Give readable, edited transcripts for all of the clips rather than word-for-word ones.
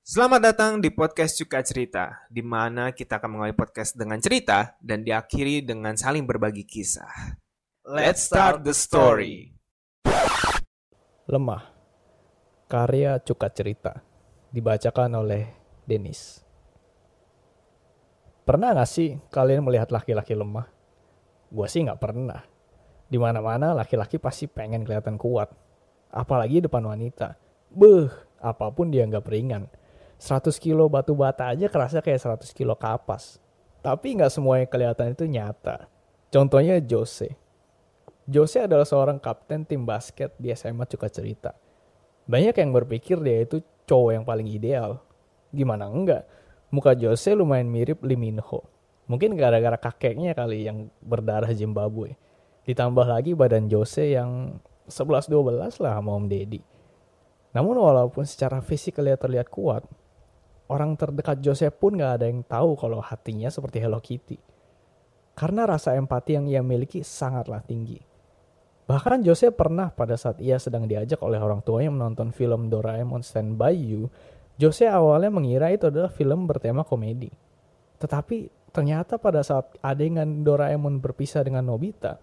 Selamat datang di podcast Cuka Cerita, di mana kita akan mengawali podcast dengan cerita dan diakhiri dengan saling berbagi kisah. Let's start the story. Lemah, karya Cuka Cerita, dibacakan oleh Denis. Pernah gak sih kalian melihat laki-laki lemah? Gua sih gak pernah. Dimana-mana laki-laki pasti pengen kelihatan kuat. Apalagi depan wanita. Apapun dianggap ringan. 100 kilo batu bata aja kerasa kayak 100 kilo kapas. Tapi gak semuanya kelihatan itu nyata. Contohnya Jose. Jose adalah seorang kapten tim basket di SMA Cuka Cerita. Banyak yang berpikir dia itu cowok yang paling ideal. Gimana enggak? Muka Jose lumayan mirip Lee Min Ho. Mungkin gara-gara kakeknya kali yang berdarah Zimbabwe. Ditambah lagi badan Jose yang 11-12 lah sama Om Deddy. Namun walaupun secara fisik terlihat kuat, orang terdekat Jose pun gak ada yang tahu kalau hatinya seperti Hello Kitty. Karena rasa empati yang ia miliki sangatlah tinggi. Bahkan Jose pernah pada saat ia sedang diajak oleh orang tuanya menonton film Doraemon Stand By You, Jose awalnya mengira itu adalah film bertema komedi. Tetapi ternyata pada saat adegan Doraemon berpisah dengan Nobita,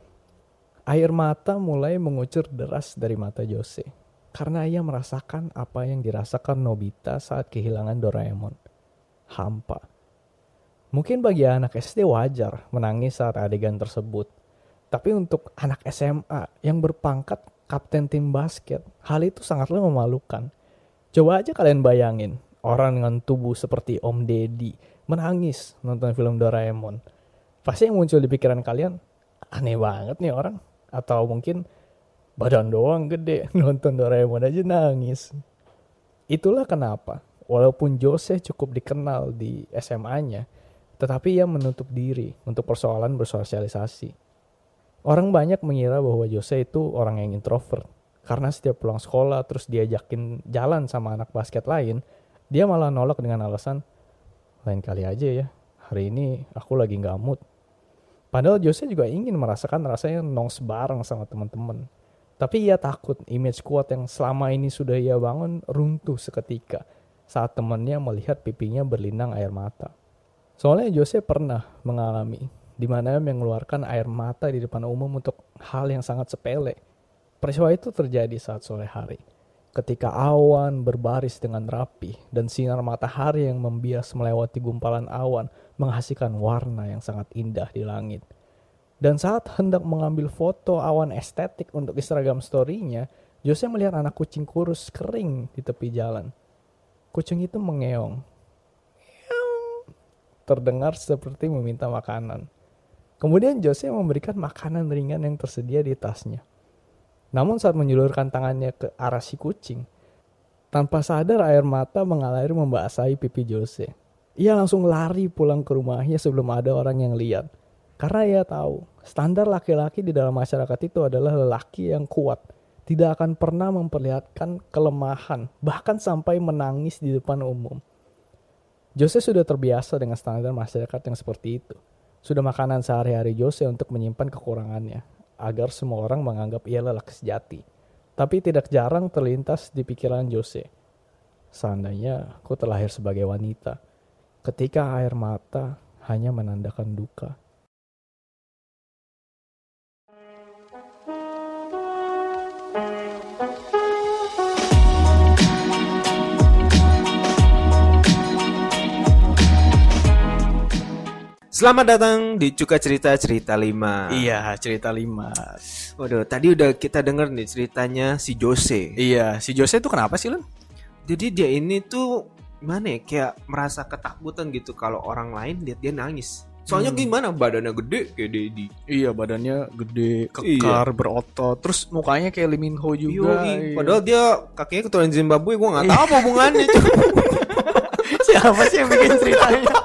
air mata mulai mengucur deras dari mata Jose. Karena ia merasakan apa yang dirasakan Nobita saat kehilangan Doraemon. Hampa. Mungkin bagi anak SD wajar menangis saat adegan tersebut. Tapi untuk anak SMA yang berpangkat kapten tim basket, hal itu sangatlah memalukan. Coba aja kalian bayangin, orang dengan tubuh seperti Om Deddy menangis nonton film Doraemon. Pasti yang muncul di pikiran kalian, aneh banget nih orang. Atau mungkin badan doang gede, nonton Doraemon aja nangis. Itulah kenapa, walaupun Jose cukup dikenal di SMA-nya, tetapi ia menutup diri untuk persoalan bersosialisasi. Orang banyak mengira bahwa Jose itu orang yang introvert, karena setiap pulang sekolah terus diajakin jalan sama anak basket lain, dia malah nolak dengan alasan, lain kali aja ya, hari ini aku lagi gak mood. Padahal Jose juga ingin merasakan rasanya nongs bareng sama teman-teman. Tapi ia takut image kuat yang selama ini sudah ia bangun runtuh seketika saat temannya melihat pipinya berlinang air mata. Soalnya Jose pernah mengalami di mana mengeluarkan air mata di depan umum untuk hal yang sangat sepele. Peristiwa itu terjadi saat sore hari, ketika awan berbaris dengan rapi dan sinar matahari yang membias melewati gumpalan awan menghasilkan warna yang sangat indah di langit. Dan saat hendak mengambil foto awan estetik untuk Instagram story-nya, Jose melihat anak kucing kurus kering di tepi jalan. Kucing itu mengeong. Terdengar seperti meminta makanan. Kemudian Jose memberikan makanan ringan yang tersedia di tasnya. Namun saat menjulurkan tangannya ke arah si kucing, tanpa sadar air mata mengalir membasahi pipi Jose. Ia langsung lari pulang ke rumahnya sebelum ada orang yang lihat. Karena ia tahu, standar laki-laki di dalam masyarakat itu adalah lelaki yang kuat. Tidak akan pernah memperlihatkan kelemahan, bahkan sampai menangis di depan umum. Jose sudah terbiasa dengan standar masyarakat yang seperti itu. Sudah makanan sehari-hari Jose untuk menyimpan kekurangannya, agar semua orang menganggap ia lelaki sejati. Tapi tidak jarang terlintas di pikiran Jose. Seandainya aku terlahir sebagai wanita, ketika air mata hanya menandakan duka. Selamat datang di Cuka Cerita 5. Iya, cerita 5. Waduh, tadi udah kita denger nih ceritanya si Jose. Iya, si Jose itu kenapa sih, Lun? Jadi dia ini tuh gimana ya, kayak merasa ketakutan gitu kalau orang lain lihat dia nangis. Soalnya gimana, badannya gede kayak Deddy. Iya, badannya gede, kekar, berotot. Terus mukanya kayak Lee Min Ho juga. Iya. Padahal dia kakinya keturunan Zimbabwe, gue gak tahu apa hubungannya. Siapa sih yang bikin ceritanya?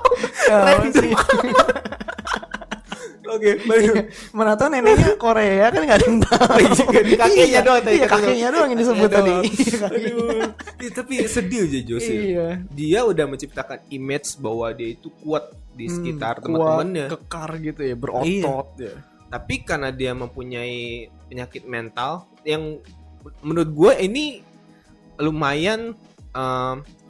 Oke, baik. Mana tahu neneknya Korea kan nggak ada yang tahu. Kakinya doang tadi. Iya, kakinya doang yang disebut tadi. Aduh. Tapi sedih aja Jose. Iya. Dia udah menciptakan image bahwa dia itu kuat di sekitar teman-temannya. Kekar gitu ya, berotot ya. Tapi karena dia mempunyai penyakit mental yang menurut gue ini lumayan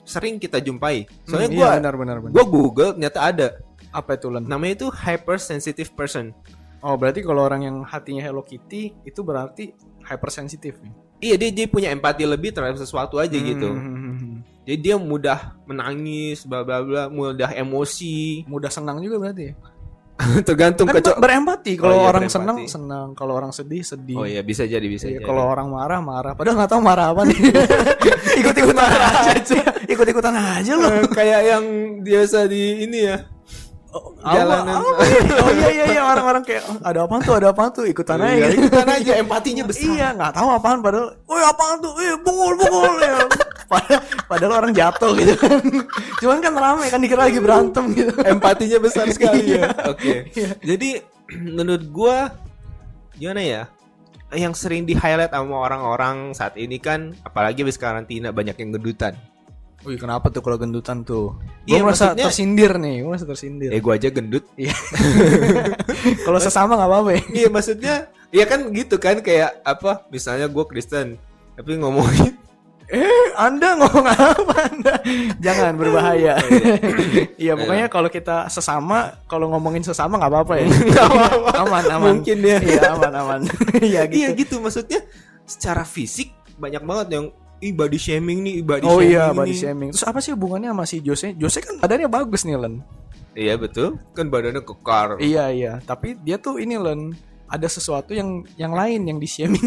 sering kita jumpai. Soalnya iya, benar. gue Google ternyata ada. Apa itu Len? Namanya itu hypersensitive person. Oh, berarti kalau orang yang hatinya Hello Kitty itu berarti hypersensitif nih. Iya, dia punya empati lebih terhadap sesuatu aja gitu. Jadi dia mudah menangis, bla bla bla, mudah emosi, mudah senang juga berarti ya. Tergantung Kan berempati. Kalau orang berempati. senang, kalau orang sedih. Oh iya, bisa jadi. Iya, kalau orang marah. Padahal nggak tahu marah apa nih. Ikut-ikutan aja. Ikut-ikutan aja loh. Kayak yang biasa di ini ya. Jalanan. Oh iya orang-orang kayak ada apaan tuh ikutan aja. Ikutan aja, empatinya besar. Iya, nggak tahu apaan padahal. Woi, apaan tuh? Bungul ya. Padahal orang jatuh gitu kan. Cuman kan ramai kan dikira lagi berantem gitu. Empatinya besar sekali ya. Oke. Jadi menurut gua gimana ya? Yang sering di-highlight sama orang-orang saat ini kan, apalagi habis karantina banyak yang gendutan. Wih, kenapa tuh kalau gendutan tuh? Iya, Gue merasa maksudnya- tersindir nih, gue merasa tersindir. Gua aja gendut. Iya. Kalau sesama nggak apa-apa ya. Iya, maksudnya ya kan gitu kan, kayak apa? Misalnya gua Kristen, tapi ngomongin Anda ngomong apa Anda? Jangan berbahaya. Iya, pokoknya kalau kita sesama, kalau ngomongin sesama nggak apa-apa ya. Aman. Mungkin ya. Iya, aman. Iya gitu. Iya gitu, maksudnya secara fisik banyak banget yang body shaming nih, Oh shaming iya, body nih. shaming. Terus apa sih hubungannya sama si Jose? Jose kan badannya bagus nih, Len. Iya betul, kan badannya kekar. Iya. Tapi dia tuh ini, Len, ada sesuatu yang lain yang di-shaming.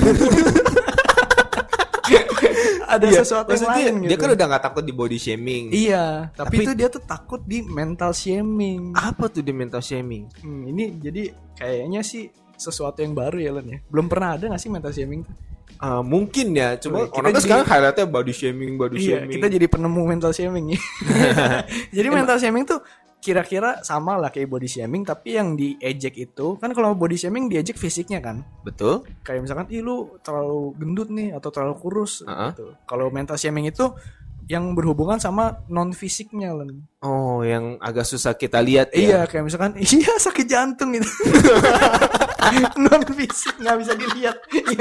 Ada Iya, sesuatu yang maksudnya lain gitu. dia kan udah gak takut di body shaming. Iya, tapi Tapi- itu dia tuh takut di mental shaming. Apa tuh di mental shaming? Ini jadi kayaknya sih sesuatu yang baru ya, Len ya. Belum pernah ada gak sih mental shaming tuh? Mungkin ya, cuma Kita orang kan jadi- sekarang highlightnya body shaming. Iya, kita jadi penemu mental shaming ya. Jadi mental shaming tuh kira-kira sama lah kayak body shaming, tapi yang diejek itu kan, kalau body shaming diejek fisiknya kan. Betul. Kayak misalkan, ih lu terlalu gendut nih atau terlalu kurus gitu. Kalau mental shaming itu yang berhubungan sama non fisiknya, Len. Oh, yang agak susah kita lihat ya. Iya, kayak misalkan iya sakit jantung gitu. Non fisik nggak bisa dilihat.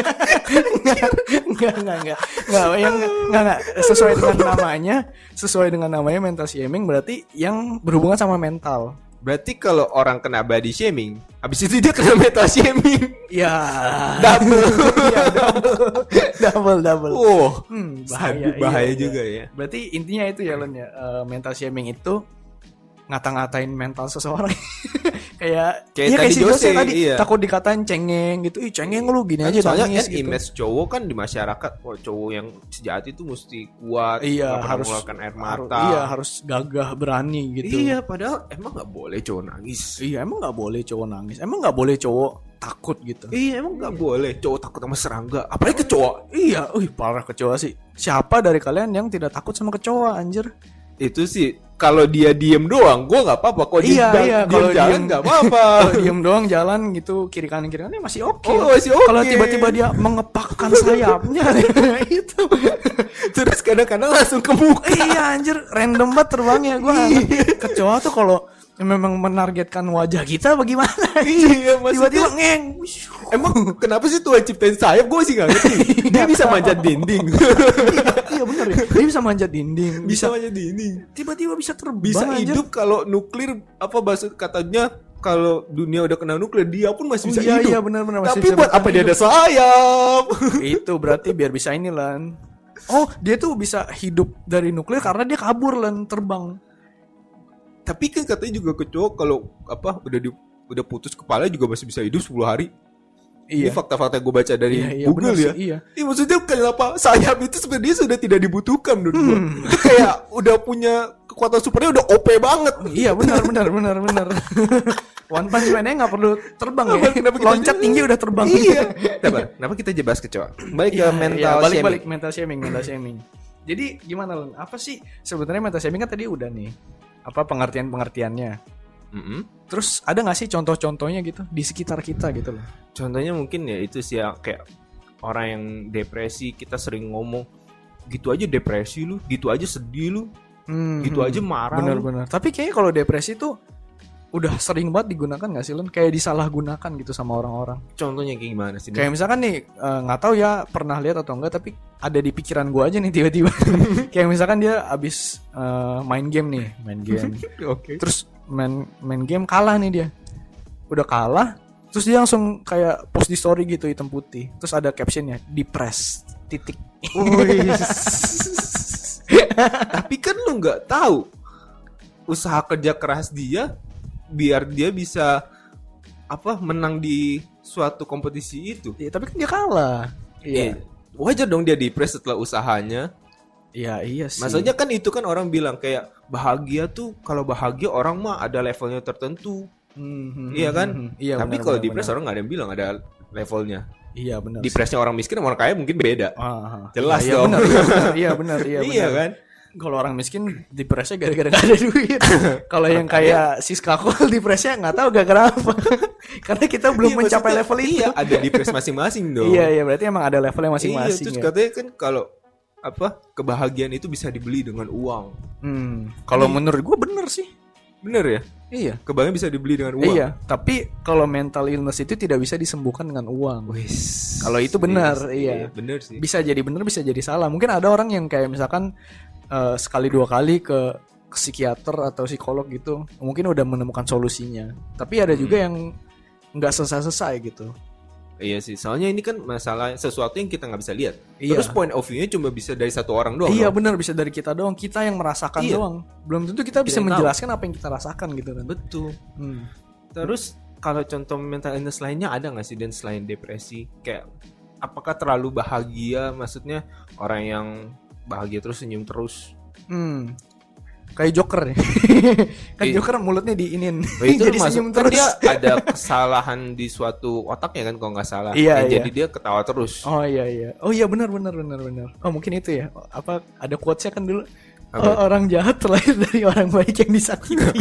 Enggak. Sesuai dengan namanya mental shaming, berarti yang berhubungan sama mental. Berarti kalau orang kena body shaming, habis itu dia kena mental shaming. Ya, Double. Iya, double. Oh, iya. bahaya juga ya. Berarti intinya itu ya, Len ya. Mental shaming itu ngata-ngatain mental seseorang. Kayak tadi si Jose, tadi iya. takut dikatain cengeng gitu. Ih, cengeng lu gini aja Soalnya nangis kan gitu. image cowok kan di masyarakat, cowok yang sejati itu mesti kuat, Iya, nggak pernah harus mengeluarkan air mata. harus gagah, berani gitu. Iya, padahal emang nggak boleh cowok nangis. Iya, emang nggak boleh cowok nangis. Emang nggak boleh cowok takut gitu. Iya, emang nggak boleh cowok takut sama serangga, apalagi kecoa. Iya, parah kecoa sih. Siapa dari kalian yang tidak takut sama kecoa, anjir? Itu sih kalau dia diem doang, gue nggak apa-apa. Kalau Iya, dia kalau jalan diem- nggak apa-apa. Kalau diem doang jalan gitu kiri kanan masih oke. Oh, masih oke. Kalau tiba-tiba dia mengepakkan sayapnya itu. Terus kadang-kadang langsung ke muka. Iya, anjir, random banget terbangnya. Gua kecoa tuh kalau memang menargetkan wajah kita bagaimana? Iya, maksudnya Tiba-tiba ngeng. emang kenapa sih Tuhan ciptain sayap? Gue sih nggak ngerti. Dia bisa manjat dinding. Iya benar ya. Dia bisa manjat dinding, Bisa manjat dinding. tiba-tiba bisa terbang. Bisa anjir. hidup kalau nuklir, apa bahasa katanya, kalau dunia udah kena nuklir dia pun masih bisa Iya, hidup. iya, benar-benar masih Tapi bisa buat bertahan apa dia ada hidup. sayap? Itu berarti biar bisa ini, Lan. Oh, dia tuh bisa hidup dari nuklir karena dia kabur, Lan, terbang. Tapi kan katanya juga kecoa kalau apa udah putus kepala juga masih bisa hidup 10 hari. Ini fakta-fakta gue baca dari Iya, Google benar ya. sih, iya. Iya, maksudnya kenapa sayap itu sebenarnya sudah tidak dibutuhkan menurut gue. Itu kayak udah punya kekuatan supernya udah OP banget. Iya, benar. One Punch Man-nya nggak perlu terbang ya. Kenapa kita Loncat tinggi udah terbang. Iya. Kenapa kita bahas kecoa? Balik ke mental shaming. balik mental shaming. Jadi gimana, Len? Apa sih sebenarnya mental shaming kan tadi udah nih. Apa pengertiannya? Terus ada nggak sih contoh-contohnya gitu di sekitar kita gitu loh? Contohnya mungkin ya itu sih ya, kayak orang yang depresi, kita sering ngomong gitu aja depresi lu, gitu aja sedih lu, gitu aja marah lu. Benar-benar. Tapi kayaknya kalau depresi tuh udah sering banget digunakan gak sih Len? Kayak disalahgunakan gitu sama orang-orang. Contohnya kayak gimana sih? Kayak misalkan nih nggak tahu ya pernah lihat atau enggak, tapi ada di pikiran gue aja nih tiba-tiba. Kayak misalkan dia abis main game. Oke. Terus main game kalah nih dia. Udah kalah, terus dia langsung kayak post di story gitu hitam putih. Terus ada captionnya depressed titik. Tapi kan lu nggak tahu usaha kerja keras dia biar dia bisa menang di suatu kompetisi itu. Ya, tapi kan dia kalah. Iya. Wajar dong dia depres setelah usahanya. Iya sih. Maksudnya kan itu kan orang bilang kayak bahagia tuh, kalau bahagia orang mah ada levelnya tertentu. Iya kan? Iya. Tapi kalau depres orang nggak ada yang bilang ada levelnya. Iya benar. Depresnya orang miskin sama orang kaya mungkin beda. Jelas iya, dong. Iya benar. Iya kan? Kalau orang miskin depresnya gara-gara gak ada duit. Kalau yang kayak Siska Kol depresnya nggak tahu gara-gara apa. Karena kita belum mencapai level itu. Iya, ada depres masing-masing dong. Iya, berarti emang ada levelnya masing-masing. Iya, terus katanya kan kalau kebahagiaan itu bisa dibeli dengan uang. Kalau menurut gue bener sih. Bener ya? Iya. Kebahagiaan bisa dibeli dengan uang. Iya, tapi kalau mental illness itu tidak bisa disembuhkan dengan uang. Kalau itu benar, iya. Bener sih. Bisa jadi benar, bisa jadi salah. Mungkin ada orang yang kayak misalkan sekali 2 kali ke psikiater atau psikolog gitu, mungkin udah menemukan solusinya. Tapi ada juga yang nggak selesai gitu. Iya sih, soalnya ini kan masalah sesuatu yang kita nggak bisa lihat. Iya. Terus point of view-nya cuma bisa dari satu orang doang. Iya benar, bisa dari kita doang. Kita yang merasakan doang. Belum tentu kita bisa menjelaskan apa yang kita rasakan gitu kan. Betul. Terus kalau contoh mental illness lainnya ada nggak sih, dan selain depresi, kayak apakah terlalu bahagia? Maksudnya orang yang bahagia terus, senyum terus. Kayak Joker nih. Kan Joker mulutnya diinin. Itu jadi senyum kan terus. Dia ada kesalahan di suatu otaknya kan kalau nggak salah. Iya. Jadi dia ketawa terus. Oh iya. Oh iya benar. Oh mungkin itu ya. Apa ada quotes-nya kan dulu. Orang jahat terlahir dari orang baik yang disakiti.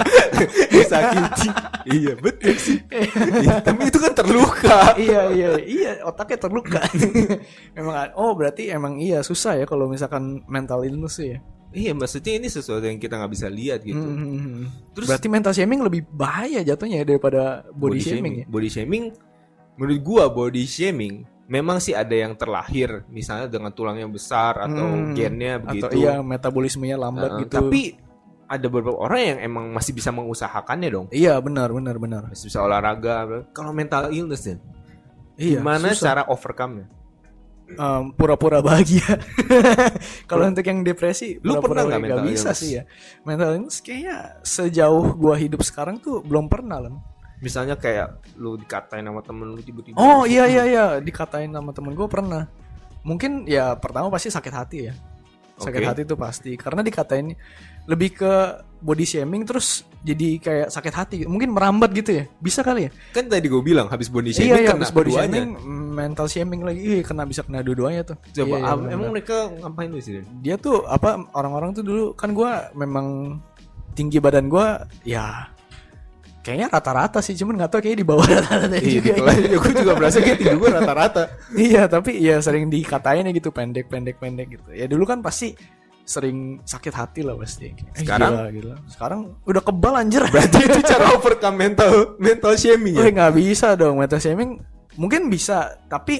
Disakiti. Iya betul sih. Tapi itu kan terluka. Iya, otaknya terluka. Memang. Oh berarti emang iya susah ya kalau misalkan mental illness ya. Iya, maksudnya ini sesuatu yang kita nggak bisa lihat gitu. Terus berarti mental shaming lebih bahaya jatuhnya daripada body shaming ya? Body shaming, menurut gua body shaming memang sih ada yang terlahir misalnya dengan tulang yang besar atau gennya begitu. Atau iya metabolismenya lambat gitu. Tapi ada beberapa orang yang emang masih bisa mengusahakannya dong. Iya benar. Masih bisa olahraga. Kalau mental illness ya, gimana susah. cara overcome-nya? Pura-pura bahagia. Kalau untuk yang depresi, lu pernah nggak mental illness? Bisa sih ya. Mental illness kayaknya sejauh gua hidup sekarang tuh belum pernah lah. Misalnya kayak lu dikatain sama temen lu tiba-tiba. Oh iya, dikatain sama temen gua pernah. Mungkin ya pertama pasti sakit hati ya. Sakit hati tuh pasti. Karena dikatain lebih ke body shaming terus jadi kayak sakit hati. Mungkin merambat gitu ya. Bisa kali ya. Kan tadi gue bilang habis body shaming kena habis body dua-duanya. Shaming, mental shaming lagi. Bisa kena dua-duanya tuh. Coba emang mereka ngapain tuh sih? Dia tuh orang-orang tuh dulu kan gue memang tinggi badan gue ya kayaknya rata-rata sih, cuman nggak tahu kayaknya di bawah rata-rata juga. Gue juga berasa kayak tinggi gue rata-rata. Iya, tapi ya sering dikatain gitu pendek gitu. Ya dulu kan pasti sering sakit hati lah pasti. Sekarang gila. Sekarang udah kebal anjir. Berarti itu cara overcome mental shaming ya? Nggak bisa dong, mental shaming mungkin bisa, tapi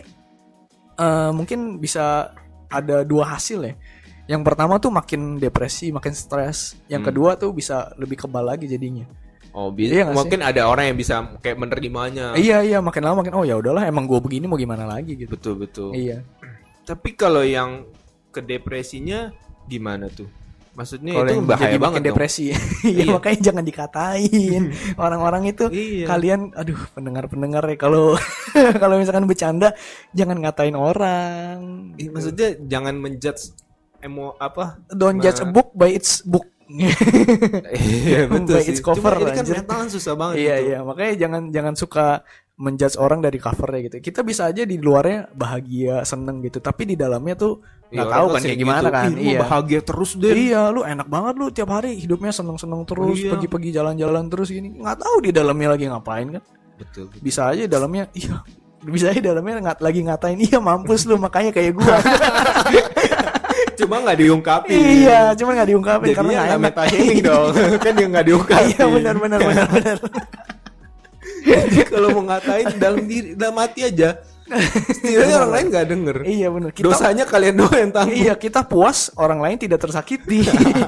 mungkin bisa ada 2 hasil ya. Yang pertama tuh makin depresi, makin stres. Yang kedua tuh bisa lebih kebal lagi jadinya. Oh, iya mungkin sih? Ada orang yang bisa kayak menerimanya. Iya, makin lama makin ya udahlah emang gue begini mau gimana lagi gitu. Betul. Iya. Tapi kalau yang ke depresinya gimana tuh? Maksudnya kalo itu bahaya banget dong. Depresi. Iya, makanya jangan dikatain orang-orang itu. Iya. Kalian pendengar-pendengar ya kalau kalau misalkan bercanda jangan ngatain orang. Maksudnya jangan menjudge Don't judge a book by its book. Iya betul by its cover. Cuma ini kan mental susah banget. Iya, makanya jangan suka menjudge orang dari covernya gitu. Kita bisa aja di luarnya bahagia, seneng gitu, tapi di dalamnya tuh nggak tahu kan kayak gimana gitu. Kan. Iya. Bahagia terus deh. Iya, lu enak banget lu tiap hari hidupnya seneng-seneng terus, pergi-pergi jalan-jalan terus gini. Nggak tahu di dalamnya lagi ngapain kan? Betul. Bisa aja dalamnya, lagi ngatain, mampus lu makanya kayak gua. Cuma nggak diungkapin. Iya, cuma nggak diungkapin Jadinya karena nggak nggak enak. meta shaming dong. Kan dia nggak diungkapin. Iya, benar. Jadi kalau mau ngatain dalam hati aja. Setidaknya orang lain nggak denger. Iya benar. Dosanya kalian doang yang tanggung. Iya, kita puas, orang lain tidak tersakiti.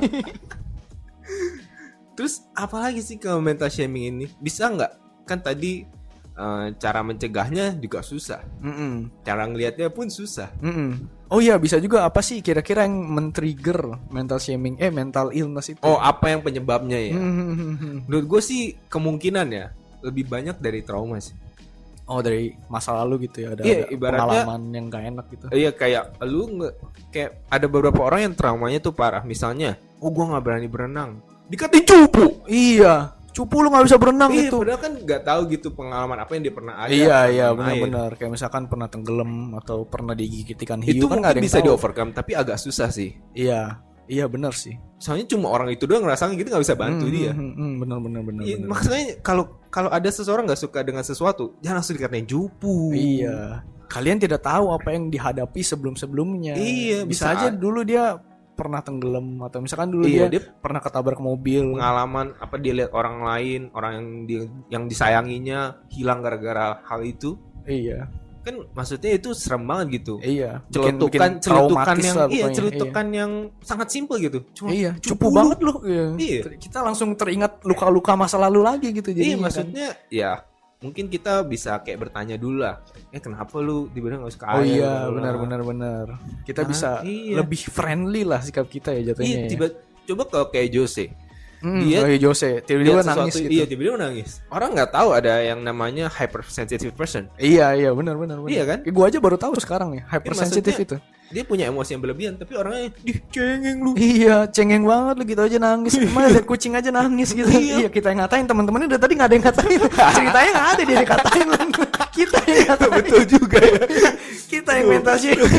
Terus apalagi sih kalau mental shaming ini? Bisa nggak? Kan tadi cara mencegahnya juga susah. Cara ngelihatnya pun susah. Oh iya, bisa juga apa sih kira-kira yang men-trigger mental shaming, mental illness itu? Oh, apa yang penyebabnya ya? Menurut gue sih kemungkinan ya lebih banyak dari trauma sih. Oh, dari masa lalu gitu ya, ada ibaratnya pengalaman yang gak enak gitu. Iya, kayak kayak ada beberapa orang yang traumanya tuh parah. Misalnya, gue nggak berani berenang, dikatain cupu. Iya, cupu lu nggak bisa berenang Iya, gitu. padahal kan nggak tahu gitu pengalaman apa yang dia pernah ada. Iya, dalam air. benar-benar. Kayak misalkan pernah tenggelam atau pernah digigit ikan Itu hiu kan nggak ada mungkin yang bisa tahu. di-overcome, tapi agak susah sih. Iya benar sih. Soalnya cuma orang itu doang ngerasain gitu, nggak bisa bantu dia. Benar. Iya, maksudnya kalau ada seseorang nggak suka dengan sesuatu, jangan langsung dikatain cupu. Iya. Kalian tidak tahu apa yang dihadapi sebelum-sebelumnya. Iya, bisa aja dulu dia pernah tenggelam atau misalkan dulu Iya, dia pernah ketabrak mobil. Pengalaman apa dia lihat orang lain, orang yang disayanginya hilang gara-gara hal itu. Iya. Kan maksudnya itu serem banget gitu. Iya. Celutukan traumatis yang lah pokoknya. celutukan yang sangat simpel gitu. Cuma Iya, cupu banget loh. Iya. Kita langsung teringat luka-luka masa lalu lagi gitu jadi. Iya, maksudnya ya mungkin kita bisa kayak bertanya dulu lah. Kenapa lu tiba-tiba nggak suka air? Oh iya, benar. Kita bisa lebih friendly lah sikap kita ya jatuhnya. Iya, coba kalau kayak Jose. Dia Jose tiba-tiba nangis gitu. Iya, tiba-tiba nangis. Orang nggak tahu ada yang namanya hypersensitive person. Iya, benar. Iya kan? Gue aja baru tahu sekarang ya hypersensitive itu. Dia punya emosi yang berlebihan, tapi orangnya cengeng lu. Iya, cengeng banget lu gitu aja nangis. Mana lihat kucing aja nangis gitu. Iya, kita yang ngatain, teman-temannya udah tadi nggak ada yang ngatain. Ceritanya nggak ada dia yang ngatain. Kita yang ngatain. Betul juga ya. Kita yang mental shaming.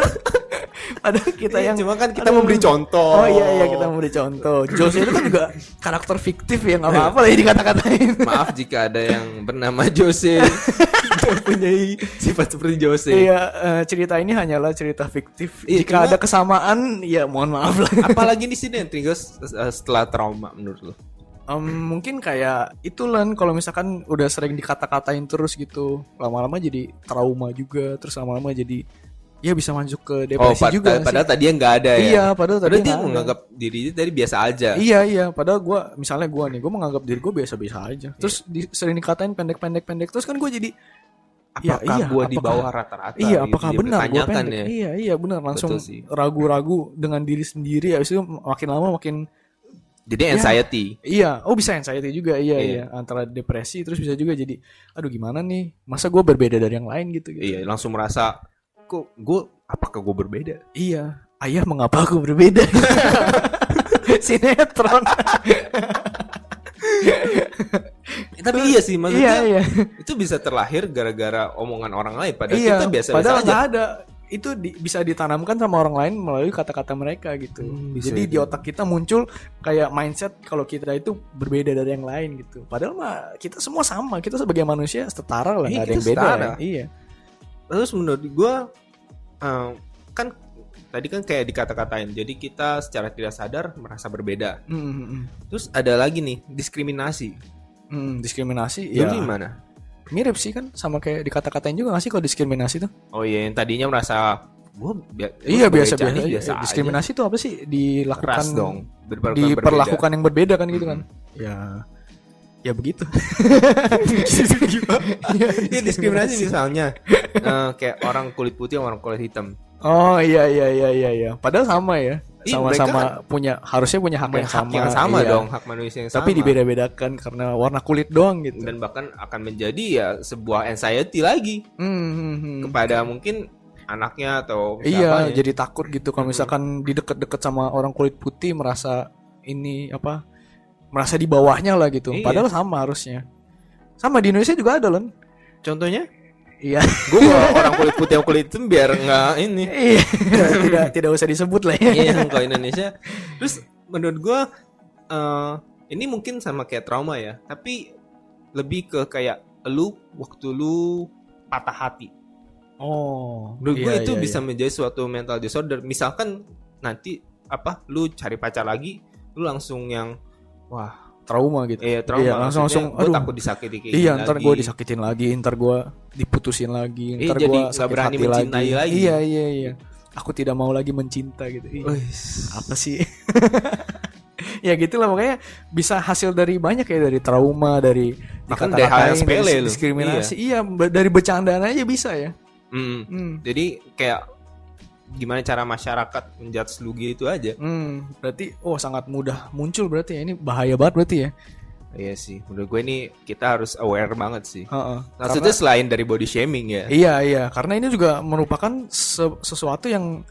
Padahal kita yang cuma kan kita memberi contoh. Oh iya kita memberi contoh. Jose itu kan juga karakter fiktif ya, nggak apa-apa lah ya dikata-katain. Maaf jika ada yang bernama Jose mempunyai sifat seperti Jose. Iya, cerita ini hanyalah cerita fiktif. Jika ada kesamaan, ya mohon maaf lah. Apalagi di sini yang trigger setelah trauma menurut lo? Mungkin kayak itu Len, kalau misalkan udah sering dikata-katain terus gitu, lama-lama jadi trauma juga, terus lama-lama jadi ya bisa masuk ke depresi juga. Padahal tadi nggak ada ya. Iya, padahal dia menganggap dirinya tadi biasa aja. Iya, padahal gue menganggap diri gue biasa-biasa aja. Terus sering dikatain pendek, terus kan gue jadi apakah gue di bawah rata-rata? Iya, apakah benar gue pendek? Ya? Iya benar, langsung ragu-ragu dengan diri sendiri. Habis itu makin lama makin jadi anxiety. Iya, bisa anxiety juga. Iya. Antara depresi terus bisa juga jadi aduh gimana nih? Masa gue berbeda dari yang lain gitu. Iya, langsung merasa apakah gue berbeda? Iya. Ayah, mengapa aku berbeda? Sinetron. Tapi iya sih, maksudnya iya. Itu bisa terlahir gara-gara omongan orang lain. Padahal kita biasa-biasa padahal aja. Nggak ada. Itu bisa ditanamkan sama orang lain melalui kata-kata mereka gitu. Jadi di otak kita muncul kayak mindset kalau kita itu berbeda dari yang lain gitu. Padahal mah kita semua sama. Kita sebagai manusia setara lah, nggak ada yang beda. Ya. Iya. Terus menurut gue kan tadi kan kayak dikata-katain. Jadi kita secara tidak sadar merasa berbeda. Terus ada lagi nih diskriminasi. Diskriminasi ya gimana? Mirip sih kan sama kayak dikata-katain juga gak sih kalau diskriminasi tuh? Oh iya, yang tadinya merasa biasa. Diskriminasi itu apa sih? Dilakukan dong. Diperlakukan yang berbeda kan gitu kan? Ya begitu. Ya diskriminasi misalnya kayak orang kulit putih sama orang kulit hitam. Oh iya. Padahal sama ya. Sama-sama harusnya punya hak yang sama dong, hak manusia yang sama. Tapi dibeda-bedakan karena warna kulit doang gitu. Dan bahkan akan menjadi ya sebuah anxiety lagi kepada mungkin anaknya atau siapanya. Iya, jadi takut gitu kalau misalkan di deket-deket sama orang kulit putih merasa di bawahnya lah gitu. Padahal sama harusnya. Sama di Indonesia juga ada Lon. Contohnya? Iya. Gue orang kulit putih yang kulit hitam biar nggak ini. tidak usah disebut lah ya. Iya, kalau Indonesia. Terus menurut gue ini mungkin sama kayak trauma ya, tapi lebih ke kayak waktu lu patah hati. Oh. Menurut gue itu bisa menjadi suatu mental disorder. Misalkan nanti lu cari pacar lagi, lu langsung yang wah trauma gitu. Iya, trauma. Iya, langsung gue takut disakiti kayak iya, gini ntar lagi. gue disakitin lagi, ntar gue diputusin lagi, ntar jadi gue nggak sakit berani hati mencintai lagi. Iya. Aku tidak mau lagi mencinta gitu. Apa sih? Ya gitulah, makanya bisa hasil dari banyak ya, dari trauma, dari bahkan dari hal yang dikata-katain, sepele dari loh. diskriminasi. Iya, dari bercandaan aja bisa ya. Jadi kayak gimana cara masyarakat menjudge lu gitu aja. Berarti sangat mudah muncul berarti ya, ini bahaya banget berarti ya. Iya sih, menurut gue ini kita harus aware banget sih. Karena, maksudnya selain dari body shaming ya. Iya, karena ini juga merupakan sesuatu yang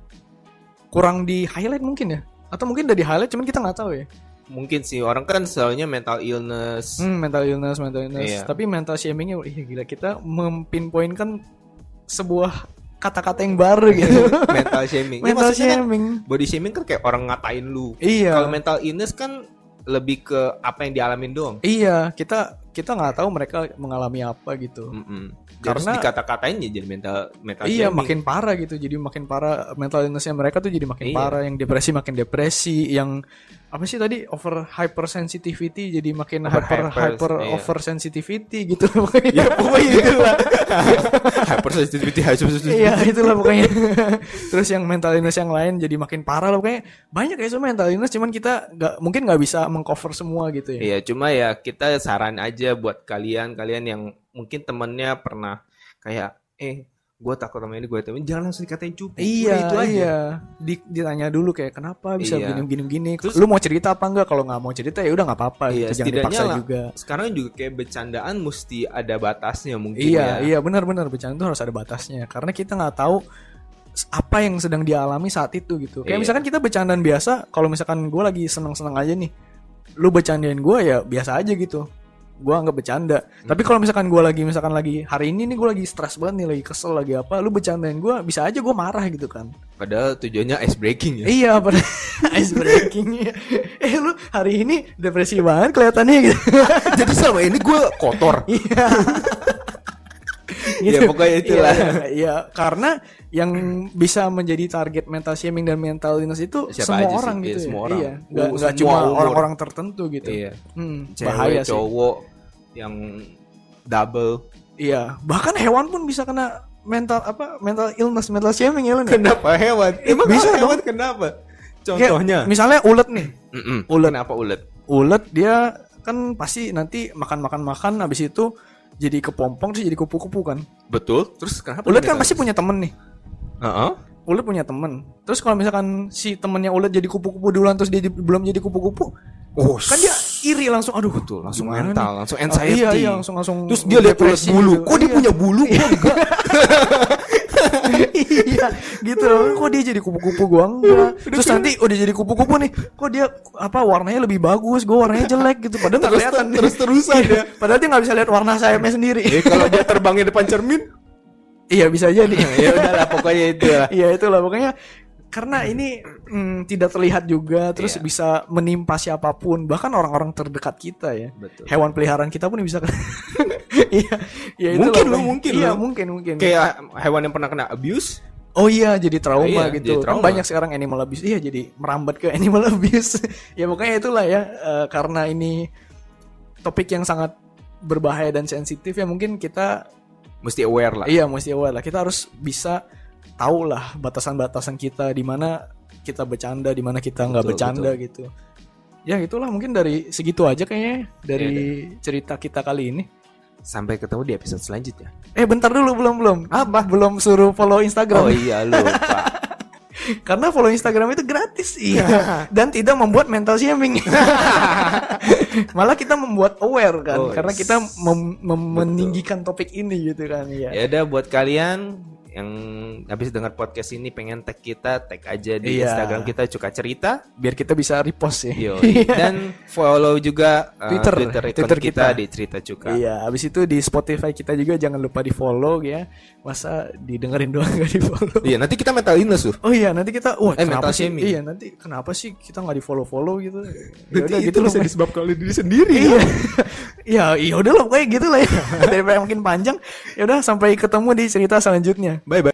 kurang di highlight mungkin ya, atau mungkin udah di highlight cuman kita nggak tahu ya. Mungkin sih, orang kan selalunya mental illness. Mental illness. Iya. Tapi mental shamingnya, gila, kita mempinpointkan sebuah kata-kata yang baru gitu. Mental shaming. Mental maksudnya shaming. Kan, body shaming kan kayak orang ngatain lu. Iya. Kalau mental illness kan lebih ke apa yang dialamin doang. Iya, kita nggak tahu mereka mengalami apa gitu. Karena dikata-katain ya jadi mental iya, shaming. makin parah gitu. Jadi makin parah mental illness-nya mereka tuh, jadi makin parah. Yang depresi makin depresi, yang apa sih tadi, over hypersensitivity jadi makin hyper over sensitivity gitu loh pokoknya. Ya pokoknya itulah. Hypersensitivity. Iya, itulah pokoknya. Terus yang mental illness yang lain jadi makin parah loh pokoknya. Banyak ya semua mental illness, cuman kita mungkin nggak bisa mengcover semua gitu ya. Iya, cuma ya kita saran aja buat kalian yang mungkin temennya pernah kayak gue takut sama ini, gue temen, jangan langsung dikatain cupu. Iya, itu aja. Iya. Ditanya dulu kayak kenapa bisa gini. Terus, lu mau cerita apa enggak? Kalau nggak mau cerita ya udah nggak apa-apa. Iya, gitu. Jangan dipaksa juga. Sekarang juga kayak bercandaan mesti ada batasnya mungkin. Iya, benar-benar bercanda tuh harus ada batasnya. Karena kita nggak tahu apa yang sedang dialami saat itu gitu. Kayak misalkan kita bercandaan biasa, kalau misalkan gue lagi seneng-seneng aja nih, lu bercandain gue ya biasa aja gitu, gue anggap bercanda. Tapi kalau misalkan gue lagi hari ini nih gue lagi stres banget nih, lagi kesel, lagi apa, lu bercandain gue, bisa aja gue marah gitu kan. Padahal tujuannya ice breaking ya. Iya, padahal ice breaking ya. Lu hari ini depresi banget kelihatannya gitu. Jadi selama ini gue kotor. Iya. Ya pokoknya itulah. Iya, karena yang bisa menjadi target mental shaming dan mental illness itu siapa semua orang sih? gitu. Semua orang. Iya, nggak cuma orang-orang tertentu gitu. Iya. Cewek, bahaya sih. cowok yang double. Iya, bahkan hewan pun bisa kena mental illness, mental shaming ya lu nih. Kenapa hewan? Emang bisa hewan kenapa? Contohnya. Kayak, misalnya ulet nih. Ulet. Kenapa ulet? Ulet dia kan pasti nanti makan habis itu jadi kepompong, terus jadi kupu-kupu kan. Betul. Terus kenapa? Ulet kan pasti punya temen nih. Ulet punya temen. Terus kalau misalkan si temennya ulet jadi kupu-kupu duluan, terus dia belum jadi kupu-kupu, kan dia iri langsung. Aduh, betul. Langsung mental, nih? langsung anxiety. Iya, langsung. Terus dia lihat ulet bulu. Gitu. Kok dia punya bulu? Gua enggak. Iya, gitu. Kok dia jadi kupu-kupu, gua enggak. Terus nanti udah jadi kupu-kupu nih, kok dia warnanya lebih bagus, gua warnanya jelek gitu. Padahal enggak kelihatan. Terus-terusan ya. Padahal dia enggak bisa lihat warna sayapnya sendiri. Kalau dia terbangnya depan cermin, iya bisa jadi. Ya udahlah, pokoknya itu lah. Iya, itulah pokoknya. Karena ini tidak terlihat juga, terus bisa menimpa siapapun, bahkan orang-orang terdekat kita ya. Betul. Hewan peliharaan kita pun bisa. Iya, mungkin. Kayak hewan yang pernah kena abuse. Oh iya, jadi trauma gitu. Jadi trauma. Kan banyak sekarang animal abuse. Iya, jadi merambat ke animal abuse. Ya pokoknya itulah ya, karena ini topik yang sangat berbahaya dan sensitif ya, mungkin kita mesti aware lah. Iya, mesti aware lah. Kita harus bisa tahu lah batasan-batasan kita, di mana kita bercanda, di mana kita nggak bercanda gitu. Ya itulah, mungkin dari segitu aja kayaknya dari cerita kita kali ini. Sampai ketemu di episode selanjutnya. Bentar dulu, belum. Apa? Belum suruh follow Instagram. Oh iya, lupa. Karena follow Instagram itu gratis. Iya. Dan tidak membuat mental shaming. Malah kita membuat aware kan. Karena kita meninggikan topik ini gitu kan. Ya udah, buat kalian yang habis dengar podcast ini pengen tag kita, tag aja di Instagram kita Cuka Cerita, biar kita bisa repost ya. Dan follow juga Twitter kita di Cerita Cuka. Iya, habis itu di Spotify kita juga jangan lupa di follow ya. Masa didengerin doang gak di follow? Iya, nanti kita mental illness tuh. Oh iya, nanti kita kenapa sih? Shaming. Iya, nanti kenapa sih kita nggak di follow gitu? Yaudah, itu bisa disebabkan oleh diri sendiri. Iya, ya udah lah, kayak gitu lah ya. Daripada makin panjang. Ya udah, sampai ketemu di cerita selanjutnya. Bye bye.